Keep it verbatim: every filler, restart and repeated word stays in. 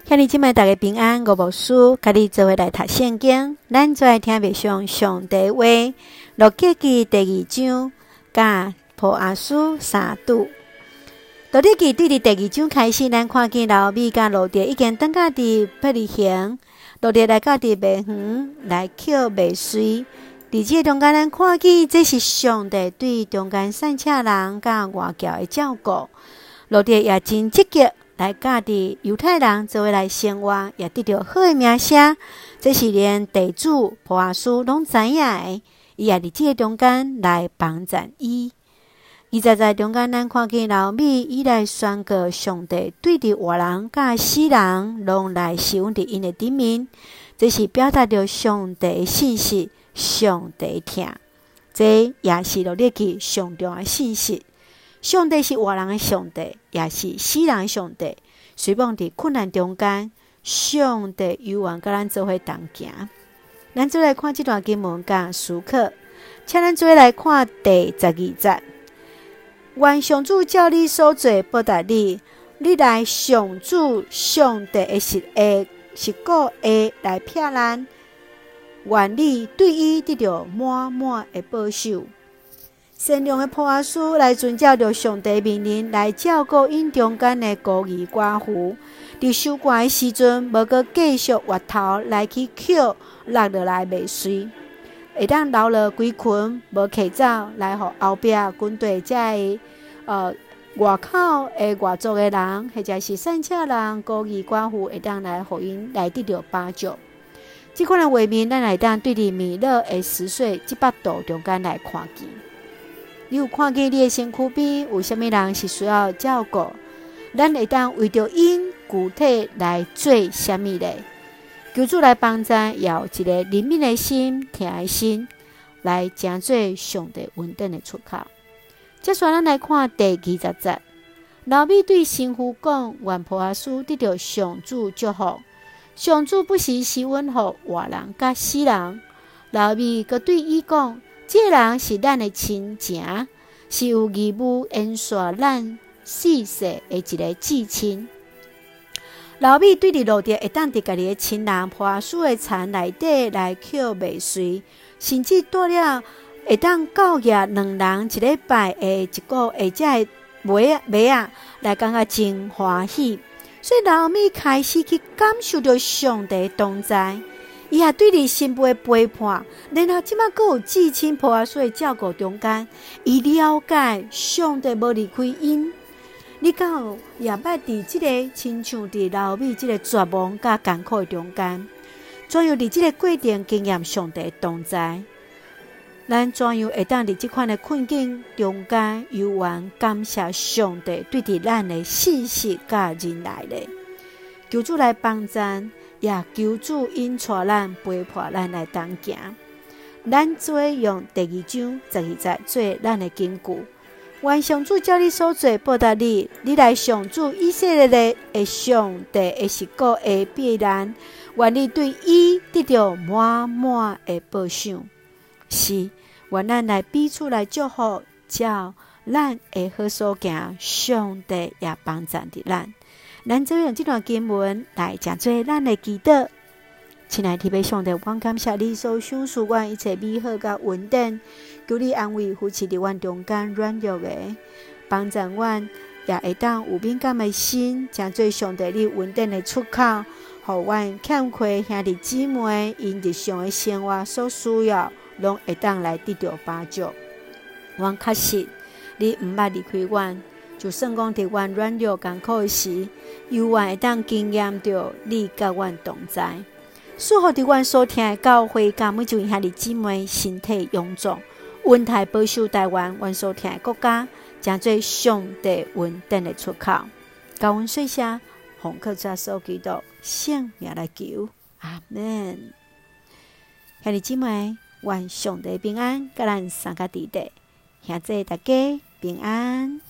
兄弟姊妹大家平安，我无事，甲你做伙来读圣经。咱做来听默想上帝话，路加记第二章，甲波阿斯三拄。路加记对伫第二章开始，咱看见老米甲路德已经等到伫伯利恒，路德来到伫麦园来捡麦穗。伫这中间，咱看见这是上帝对中间散车人甲外教的照顾。路德也真积极。来教伫犹太人做伙来生活，也得到好的名声。这是连地主波阿斯拢知影的，伊也伫这个中间来帮赞伊。伊在在中间，咱看见老米伊来宣告上帝对伫活人甲死人拢来施恩伫因的顶面。这是表达着上帝的信息，上帝听。这也是路加记上重要的信息。上帝是活人的上帝，也是死人的上帝。随望伫困难中间，上帝有愿甲咱做伙同行。咱做来看这段经文甲思考，请咱做来看第十二节。愿上主照你所做报答你，你来上主上帝的实会实果会来骗咱，愿你对伊得到满满的保守。善良的波阿斯来遵照着上帝命令来照顾因中间的孤儿寡妇，伫收割的时阵，无阁继续挖头来去捡落落来麦穗，会当留落几群无骑走，来互后壁军队才会呃外口的外族的人，或者是散车人、孤儿寡妇，会当来互因来得到帮助。这款的画面，咱会当对伫弥勒的十岁这百度中间来看见。你有看见你的身躯边有啥物人是需要照顾？咱会当为着因具体来做啥物咧？求主来帮助，也有一个怜悯的心、疼的心，来成做上帝恩典的出口。接下来咱来看第二十节，老米对新妇讲：愿波阿斯得到上主祝福，上主不时施恩予活人甲死人。老米阁对伊讲。这个人是咱的亲情，是有义务延续咱世世的一个至亲。老米对伫路德会当伫家己的亲人波阿斯的田内底来捡麦穗，甚至带了会当教育两人一礼拜的一个或者的麦麦啊，来感觉真欢喜。所以老米开始去感受到上帝的同在。伊也对你新妇的陪伴，然后即马阁有至亲波阿斯的照顾中间，伊了解上帝无离开因。你敢有也捌伫即个亲像伫老米即个绝望甲艰苦中间，怎样伫即个过程经验上帝的同在？咱怎样会当伫即款的困境中间，有缘感谢上帝对伫咱的信息甲忍耐咧？求主来帮助。也求主因带咱陪伴咱来同行。咱做用第二章十二节做咱的根据。愿上主照你所做报答你，你来上主以色列的的上帝的实果会必然。愿你对伊得到满满的保守。是，愿咱来彼此来祝福，照咱会好所行，上帝也帮助伫咱。咱就用这段经文来讲做咱的祈祷。亲爱的上帝，我感谢你所赏赐我一切美好甲稳定，求你安慰扶持伫阮中间软弱的，帮助阮也会当有敏感的心，成做上帝你稳定的出口，互阮欠缺兄弟姊妹因日常的生活所需要，拢会当来得到帮助。阮确实，你毋捌离开阮。就算讲伫阮软弱艰苦时，犹原会当经验到你甲阮同在。祝福伫阮所听的教会，甲每一位兄弟姊妹身体勇壮，稳泰保守台湾，阮所听的国家，成做上帝稳定的出口。教阮细声，奉靠主所基督圣名来求，阿门。兄弟姊妹，愿上帝平安，甲咱三个弟弟，兄弟大家平安。